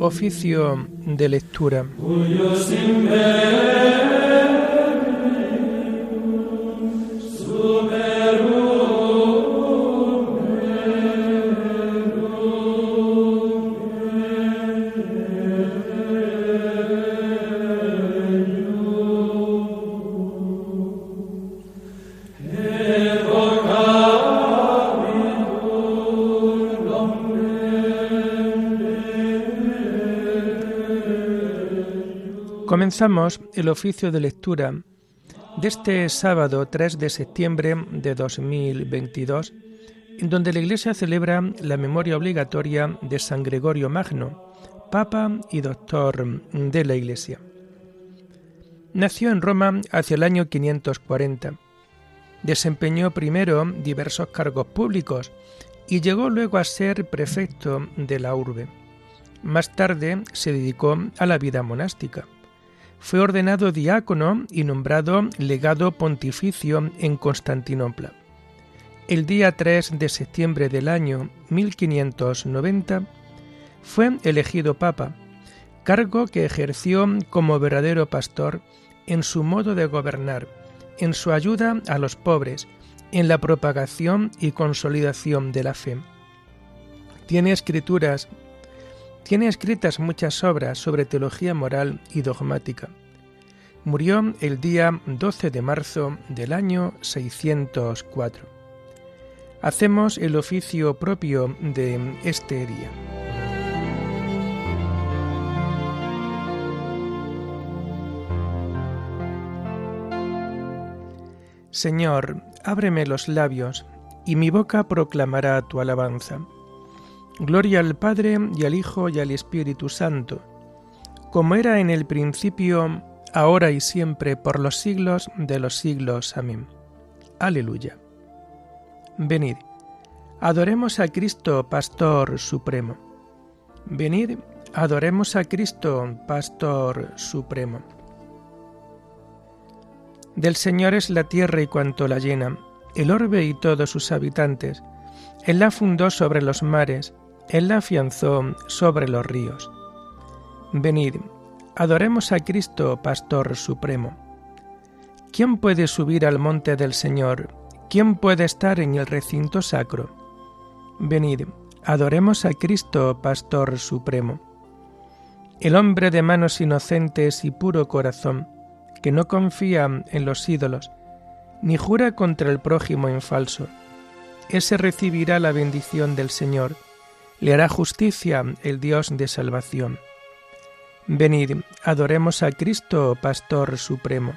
Oficio de lectura. Comenzamos el oficio de lectura de este sábado 3 de septiembre de 2022, en donde la Iglesia celebra la memoria obligatoria de San Gregorio Magno, Papa y Doctor de la Iglesia. Nació en Roma hacia el año 540. Desempeñó primero diversos cargos públicos y llegó luego a ser prefecto de la urbe. Más tarde se dedicó a la vida monástica. Fue ordenado diácono y nombrado legado pontificio en Constantinopla. El día 3 de septiembre del año 1590 fue elegido papa, cargo que ejerció como verdadero pastor en su modo de gobernar, en su ayuda a los pobres, en la propagación y consolidación de la fe. Tiene escritas muchas obras sobre teología moral y dogmática. Murió el día 12 de marzo del año 604. Hacemos el oficio propio de este día. Señor, ábreme los labios, y mi boca proclamará tu alabanza. Gloria al Padre, y al Hijo, y al Espíritu Santo, como era en el principio, ahora y siempre, por los siglos de los siglos. Amén. Aleluya. Venid, adoremos a Cristo, Pastor Supremo. Venid, adoremos a Cristo, Pastor Supremo. Del Señor es la tierra y cuanto la llena, el orbe y todos sus habitantes. Él la fundó sobre los mares, Él la afianzó sobre los ríos. Venid, adoremos a Cristo, Pastor Supremo. ¿Quién puede subir al monte del Señor? ¿Quién puede estar en el recinto sacro? Venid, adoremos a Cristo, Pastor Supremo. El hombre de manos inocentes y puro corazón, que no confía en los ídolos, ni jura contra el prójimo en falso, ese recibirá la bendición del Señor, le hará justicia el Dios de salvación. Venid, adoremos a Cristo, Pastor Supremo.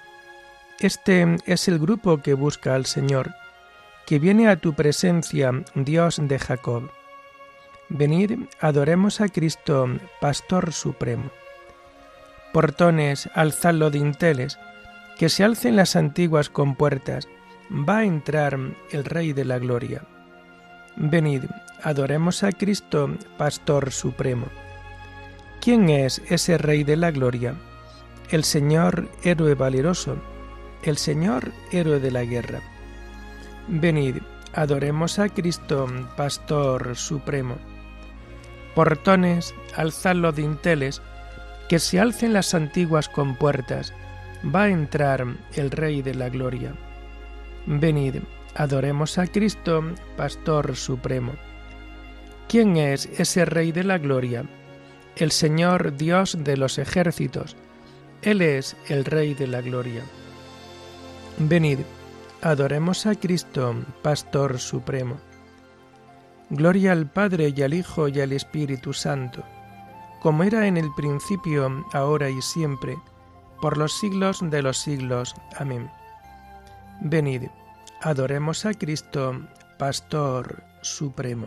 Este es el grupo que busca al Señor, que viene a tu presencia, Dios de Jacob. Venid, adoremos a Cristo, Pastor Supremo. Portones, alzad los dinteles, que se alcen las antiguas compuertas, va a entrar el Rey de la Gloria. Venid, adoremos a Cristo, Pastor Supremo. ¿Quién es ese Rey de la Gloria? El Señor, héroe valeroso, el Señor, héroe de la guerra. Venid, adoremos a Cristo, Pastor Supremo. Portones, alzad los dinteles, que se alcen las antiguas compuertas, va a entrar el Rey de la Gloria. Venid, adoremos a Cristo, Pastor Supremo. ¿Quién es ese Rey de la Gloria? El Señor Dios de los ejércitos. Él es el Rey de la Gloria. Venid, adoremos a Cristo, Pastor Supremo. Gloria al Padre y al Hijo y al Espíritu Santo, como era en el principio, ahora y siempre, por los siglos de los siglos. Amén. Venid, adoremos a Cristo, Pastor Supremo.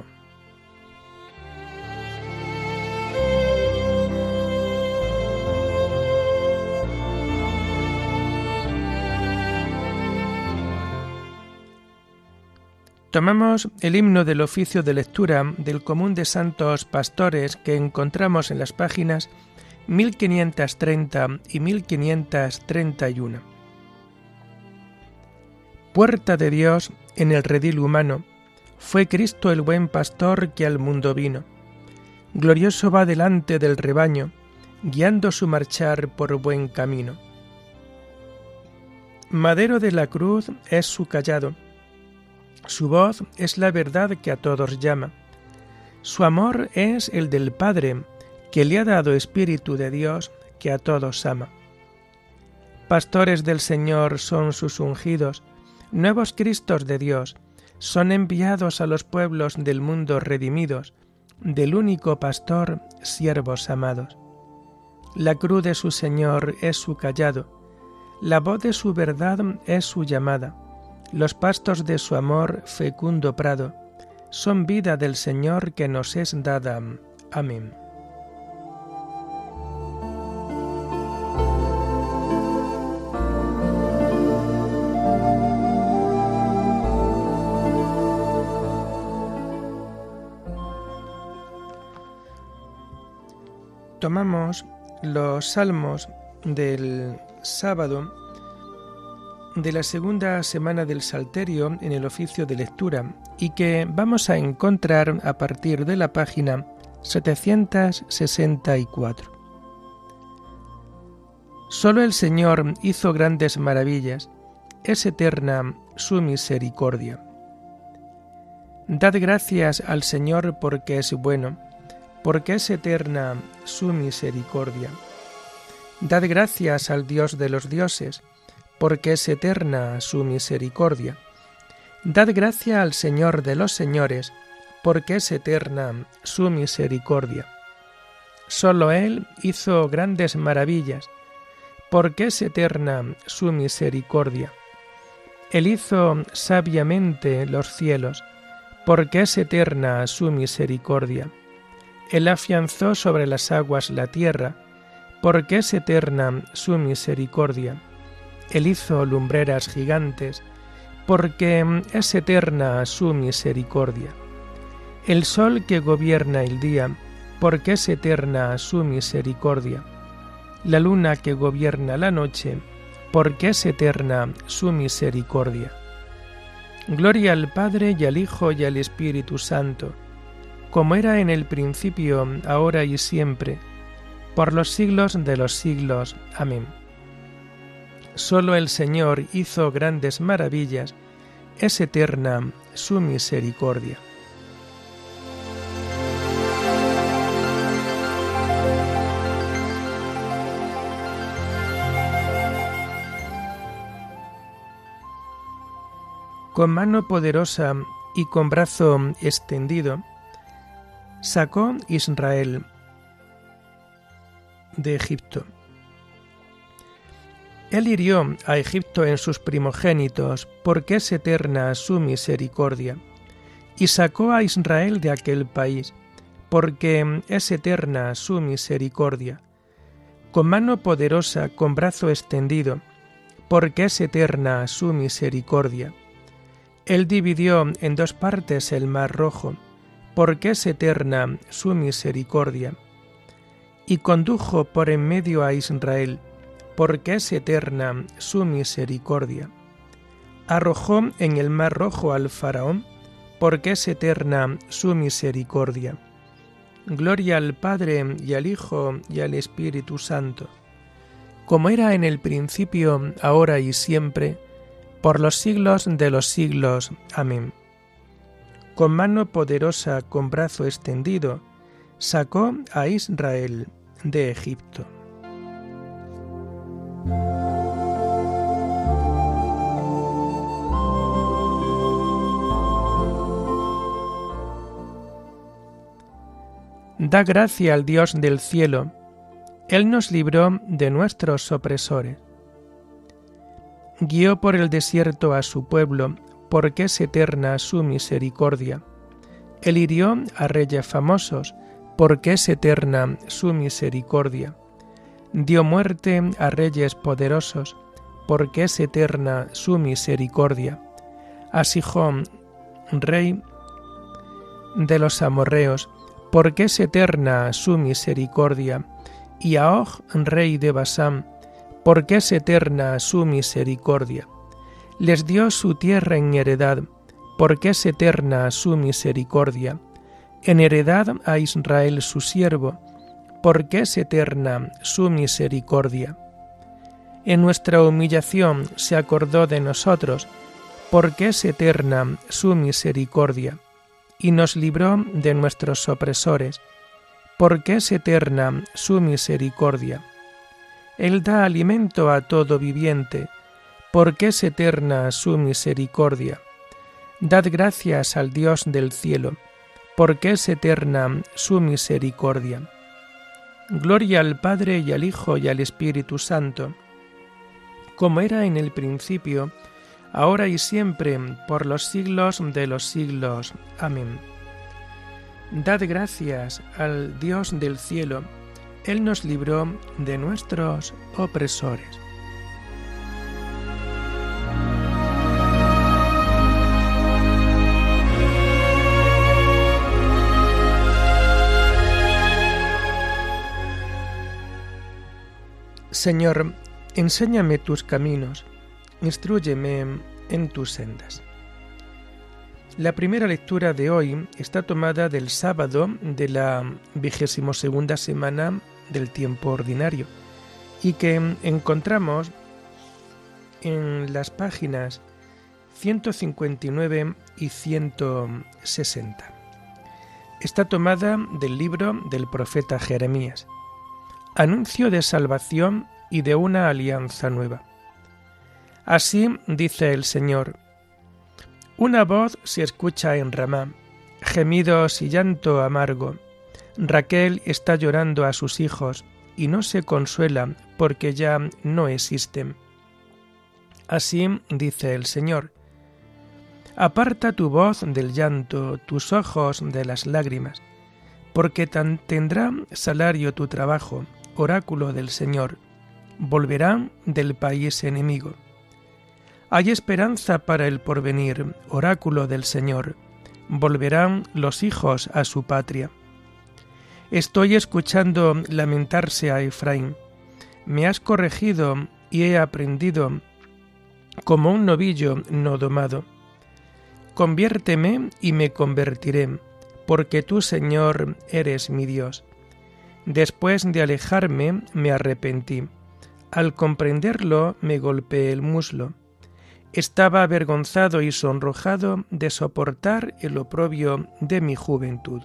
Tomamos el himno del oficio de lectura del Común de Santos Pastores que encontramos en las páginas 1530 y 1531. Puerta de Dios en el redil humano, fue Cristo el buen pastor que al mundo vino. Glorioso va delante del rebaño, guiando su marchar por buen camino. Madero de la cruz es su cayado, su voz es la verdad que a todos llama. Su amor es el del Padre, que le ha dado Espíritu de Dios, que a todos ama. Pastores del Señor son sus ungidos, nuevos Cristos de Dios, son enviados a los pueblos del mundo redimidos, del único pastor, siervos amados. La cruz de su Señor es su cayado, la voz de su verdad es su llamada, los pastos de su amor, fecundo prado, son vida del Señor que nos es dada. Amén. Tomamos los salmos del sábado de la segunda semana del Salterio en el oficio de lectura y que vamos a encontrar a partir de la página 764. Solo el Señor hizo grandes maravillas, es eterna su misericordia. Dad gracias al Señor porque es bueno, porque es eterna su misericordia. Dad gracias al Dios de los dioses, porque es eterna su misericordia. Dad gracia al Señor de los señores, porque es eterna su misericordia. Solo Él hizo grandes maravillas, porque es eterna su misericordia. Él hizo sabiamente los cielos, porque es eterna su misericordia. Él afianzó sobre las aguas la tierra, porque es eterna su misericordia. Él hizo lumbreras gigantes, porque es eterna su misericordia. El sol que gobierna el día, porque es eterna su misericordia. La luna que gobierna la noche, porque es eterna su misericordia. Gloria al Padre y al Hijo y al Espíritu Santo, como era en el principio, ahora y siempre, por los siglos de los siglos. Amén. Solo el Señor hizo grandes maravillas, es eterna su misericordia. Con mano poderosa y con brazo extendido, sacó Israel de Egipto. Él hirió a Egipto en sus primogénitos, porque es eterna su misericordia, y sacó a Israel de aquel país, porque es eterna su misericordia. Con mano poderosa, con brazo extendido, porque es eterna su misericordia. Él dividió en dos partes el mar rojo, porque es eterna su misericordia. Y condujo por en medio a Israel, porque es eterna su misericordia. Arrojó en el mar rojo al faraón, porque es eterna su misericordia. Gloria al Padre y al Hijo y al Espíritu Santo, como era en el principio, ahora y siempre, por los siglos de los siglos. Amén. Con mano poderosa, con brazo extendido, sacó a Israel de Egipto. Da gracia al Dios del cielo, Él nos libró de nuestros opresores. Guió por el desierto a su pueblo, porque es eterna su misericordia. Él hirió a reyes famosos, porque es eterna su misericordia. Dio muerte a reyes poderosos, porque es eterna su misericordia. A Sihón, rey de los amorreos, porque es eterna su misericordia, y a Og, rey de Basán, porque es eterna su misericordia. Les dio su tierra en heredad, porque es eterna su misericordia. en heredad a Israel su siervo, porque es eterna su misericordia. En nuestra humillación se acordó de nosotros, porque es eterna su misericordia, y nos libró de nuestros opresores, porque es eterna su misericordia. Él da alimento a todo viviente, porque es eterna su misericordia. Dad gracias al Dios del cielo, porque es eterna su misericordia. Gloria al Padre y al Hijo y al Espíritu Santo, como era en el principio, ahora y siempre, por los siglos de los siglos. Amén. Dad gracias al Dios del cielo, Él nos libró de nuestros opresores. Señor, enséñame tus caminos, instrúyeme en tus sendas. La primera lectura de hoy está tomada del sábado de la 22ª semana del tiempo ordinario y que encontramos en las páginas 159 y 160. Está tomada del libro del profeta Jeremías. Anuncio de salvación y de una alianza nueva. Así dice el Señor: una voz se escucha en Ramá, gemidos y llanto amargo. Raquel está llorando a sus hijos y no se consuela porque ya no existen. Así dice el Señor: aparta tu voz del llanto, tus ojos de las lágrimas, porque tendrá salario tu trabajo, oráculo del Señor, volverán del país enemigo. Hay esperanza para el porvenir, oráculo del Señor, volverán los hijos a su patria. Estoy escuchando lamentarse a Efraín, me has corregido y he aprendido como un novillo no domado. Conviérteme y me convertiré, porque tú, Señor, eres mi Dios. Después de alejarme, me arrepentí. Al comprenderlo, me golpeé el muslo. Estaba avergonzado y sonrojado de soportar el oprobio de mi juventud.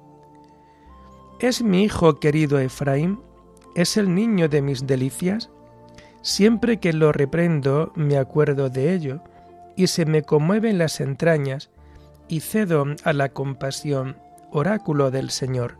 ¿Es mi hijo querido Efraín? ¿Es el niño de mis delicias? Siempre que lo reprendo, me acuerdo de ello, y se me conmueven las entrañas, y cedo a la compasión, oráculo del Señor.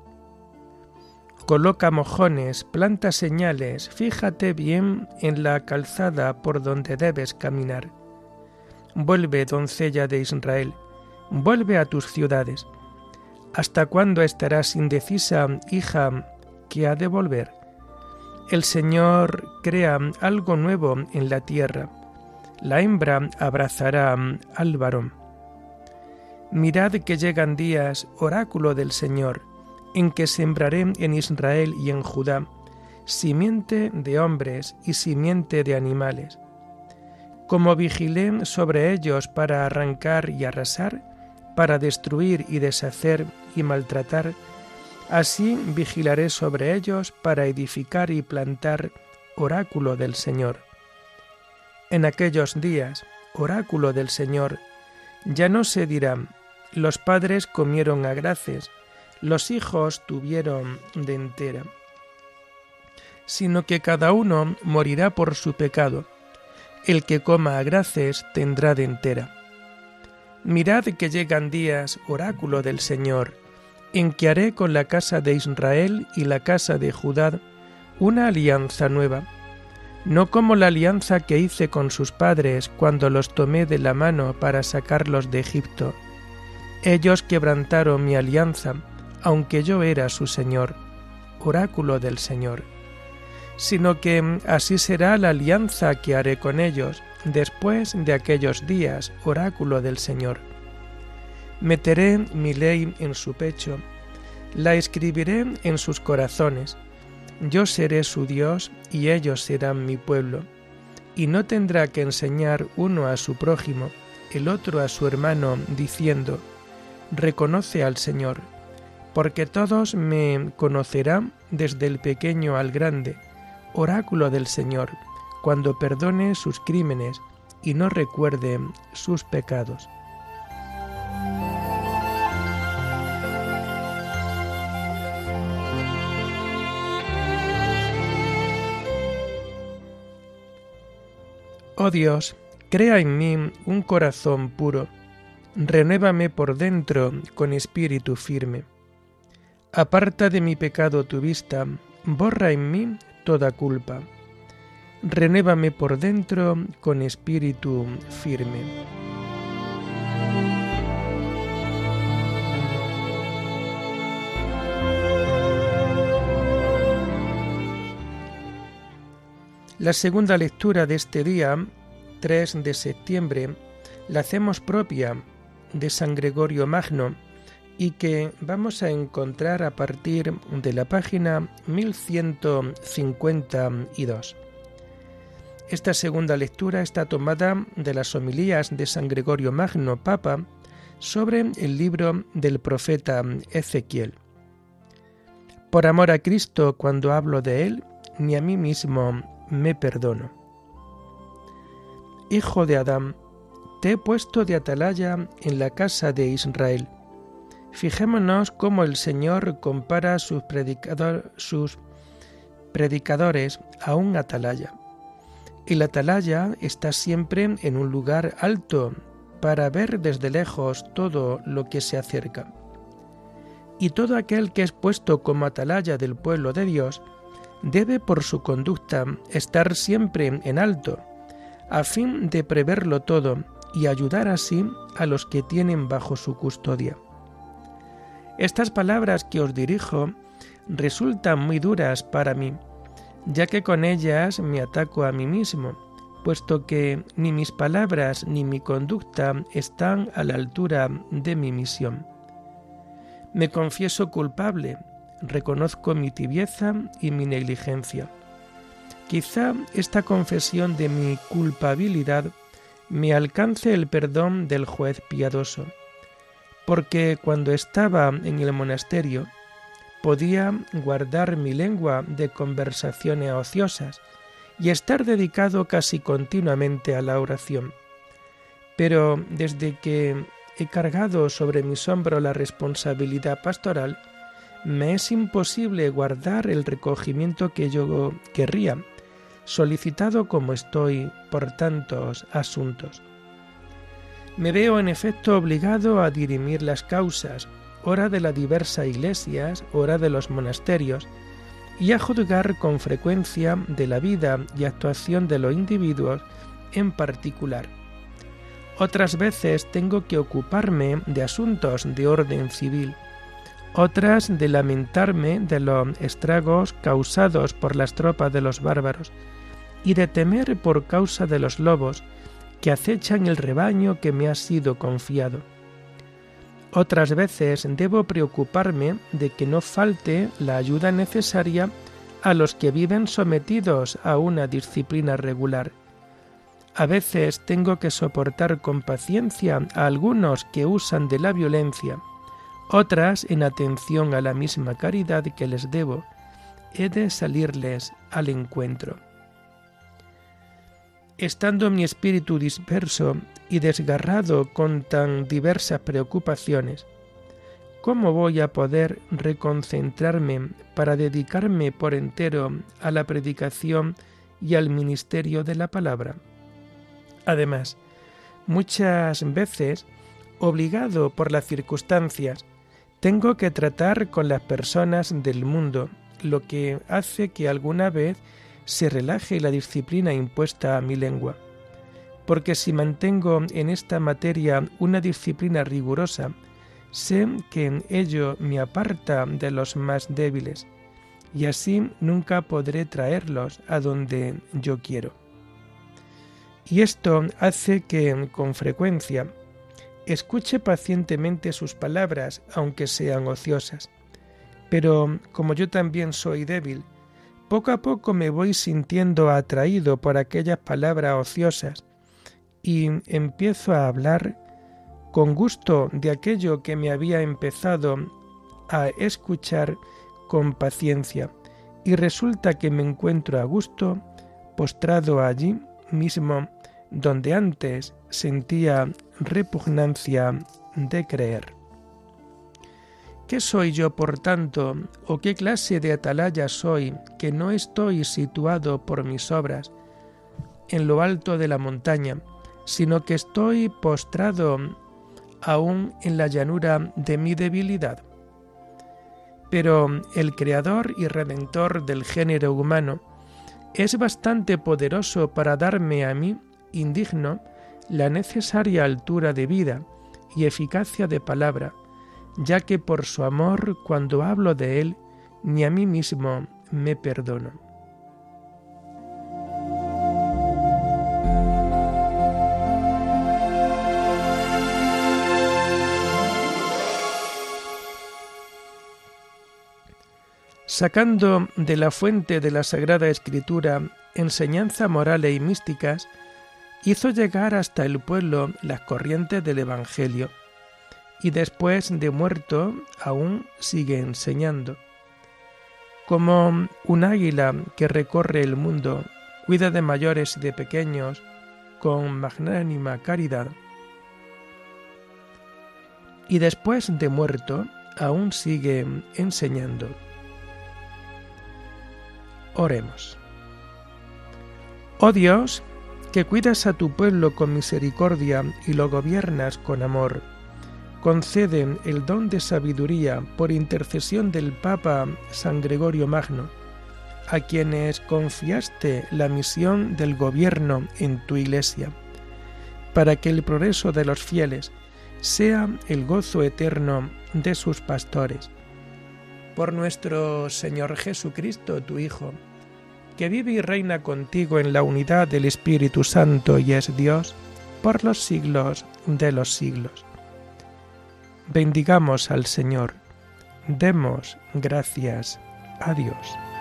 Coloca mojones, planta señales, fíjate bien en la calzada por donde debes caminar. Vuelve, doncella de Israel, vuelve a tus ciudades. ¿Hasta cuándo estarás indecisa, hija, que ha de volver? El Señor crea algo nuevo en la tierra. La hembra abrazará al varón. Mirad que llegan días, oráculo del Señor, en que sembraré en Israel y en Judá simiente de hombres y simiente de animales. Como vigilé sobre ellos para arrancar y arrasar, para destruir y deshacer y maltratar, así vigilaré sobre ellos para edificar y plantar, oráculo del Señor. En aquellos días, oráculo del Señor, ya no se dirá: los padres comieron agraces, los hijos tuvieron dentera, sino que cada uno morirá por su pecado. El que coma agraces tendrá dentera. Mirad que llegan días, oráculo del Señor, en que haré con la casa de Israel y la casa de Judá una alianza nueva, no como la alianza que hice con sus padres cuando los tomé de la mano para sacarlos de Egipto. Ellos quebrantaron mi alianza, aunque yo era su Señor, oráculo del Señor. Sino que así será la alianza que haré con ellos después de aquellos días, oráculo del Señor. Meteré mi ley en su pecho, la escribiré en sus corazones. Yo seré su Dios y ellos serán mi pueblo. Y no tendrá que enseñar uno a su prójimo, el otro a su hermano, diciendo: reconoce al Señor, porque todos me conocerán desde el pequeño al grande, oráculo del Señor, cuando perdone sus crímenes y no recuerde sus pecados. Oh Dios, crea en mí un corazón puro, renuévame por dentro con espíritu firme. Aparta de mi pecado tu vista, borra en mí toda culpa. Renuévame por dentro con espíritu firme. La segunda lectura de este día, 3 de septiembre, la hacemos propia de San Gregorio Magno y que vamos a encontrar a partir de la página 1152. Esta segunda lectura está tomada de las homilías de San Gregorio Magno, Papa, sobre el libro del profeta Ezequiel. Por amor a Cristo, cuando hablo de él, ni a mí mismo me perdono. Hijo de Adán, te he puesto de atalaya en la casa de Israel. Fijémonos cómo el Señor compara sus predicadores a un atalaya. El atalaya está siempre en un lugar alto para ver desde lejos todo lo que se acerca. Y todo aquel que es puesto como atalaya del pueblo de Dios debe por su conducta estar siempre en alto, a fin de preverlo todo y ayudar así a los que tienen bajo su custodia. Estas palabras que os dirijo resultan muy duras para mí, ya que con ellas me ataco a mí mismo, puesto que ni mis palabras ni mi conducta están a la altura de mi misión. Me confieso culpable, reconozco mi tibieza y mi negligencia. Quizá esta confesión de mi culpabilidad me alcance el perdón del juez piadoso, porque cuando estaba en el monasterio podía guardar mi lengua de conversaciones ociosas y estar dedicado casi continuamente a la oración. Pero desde que he cargado sobre mis hombros la responsabilidad pastoral, me es imposible guardar el recogimiento que yo querría, solicitado como estoy por tantos asuntos. Me veo en efecto obligado a dirimir las causas, ora de las diversas iglesias, ora de los monasterios, y a juzgar con frecuencia de la vida y actuación de los individuos en particular. Otras veces tengo que ocuparme de asuntos de orden civil, otras de lamentarme de los estragos causados por las tropas de los bárbaros y de temer por causa de los lobos que acechan el rebaño que me ha sido confiado. Otras veces debo preocuparme de que no falte la ayuda necesaria a los que viven sometidos a una disciplina regular. A veces tengo que soportar con paciencia a algunos que usan de la violencia. Otras, en atención a la misma caridad que les debo, he de salirles al encuentro. Estando mi espíritu disperso y desgarrado con tan diversas preocupaciones, ¿cómo voy a poder reconcentrarme para dedicarme por entero a la predicación y al ministerio de la palabra? Además, muchas veces, obligado por las circunstancias, tengo que tratar con las personas del mundo, lo que hace que alguna vez se relaje la disciplina impuesta a mi lengua. Porque si mantengo en esta materia una disciplina rigurosa, sé que en ello me aparta de los más débiles, y así nunca podré traerlos a donde yo quiero. Y esto hace que, con frecuencia, escuche pacientemente sus palabras, aunque sean ociosas. Pero, como yo también soy débil, poco a poco me voy sintiendo atraído por aquellas palabras ociosas y empiezo a hablar con gusto de aquello que me había empezado a escuchar con paciencia, y resulta que me encuentro a gusto, postrado allí mismo donde antes sentía repugnancia de creer. ¿Qué soy yo, por tanto, o qué clase de atalaya soy, que no estoy situado por mis obras en lo alto de la montaña, sino que estoy postrado aún en la llanura de mi debilidad? Pero el Creador y Redentor del género humano es bastante poderoso para darme a mí, indigno, la necesaria altura de vida y eficacia de palabra, ya que por su amor, cuando hablo de él, ni a mí mismo me perdono. Sacando de la fuente de la Sagrada Escritura enseñanza moral y místicas, hizo llegar hasta el pueblo las corrientes del Evangelio, y después de muerto aún sigue enseñando. Como un águila que recorre el mundo, cuida de mayores y de pequeños con magnánima caridad, y después de muerto aún sigue enseñando. Oremos. Oh Dios, que cuidas a tu pueblo con misericordia y lo gobiernas con amor, concede el don de sabiduría por intercesión del Papa San Gregorio Magno, a quienes confiaste la misión del gobierno en tu Iglesia, para que el progreso de los fieles sea el gozo eterno de sus pastores. Por nuestro Señor Jesucristo, tu Hijo, que vive y reina contigo en la unidad del Espíritu Santo y es Dios, por los siglos de los siglos. Bendigamos al Señor, demos gracias a Dios.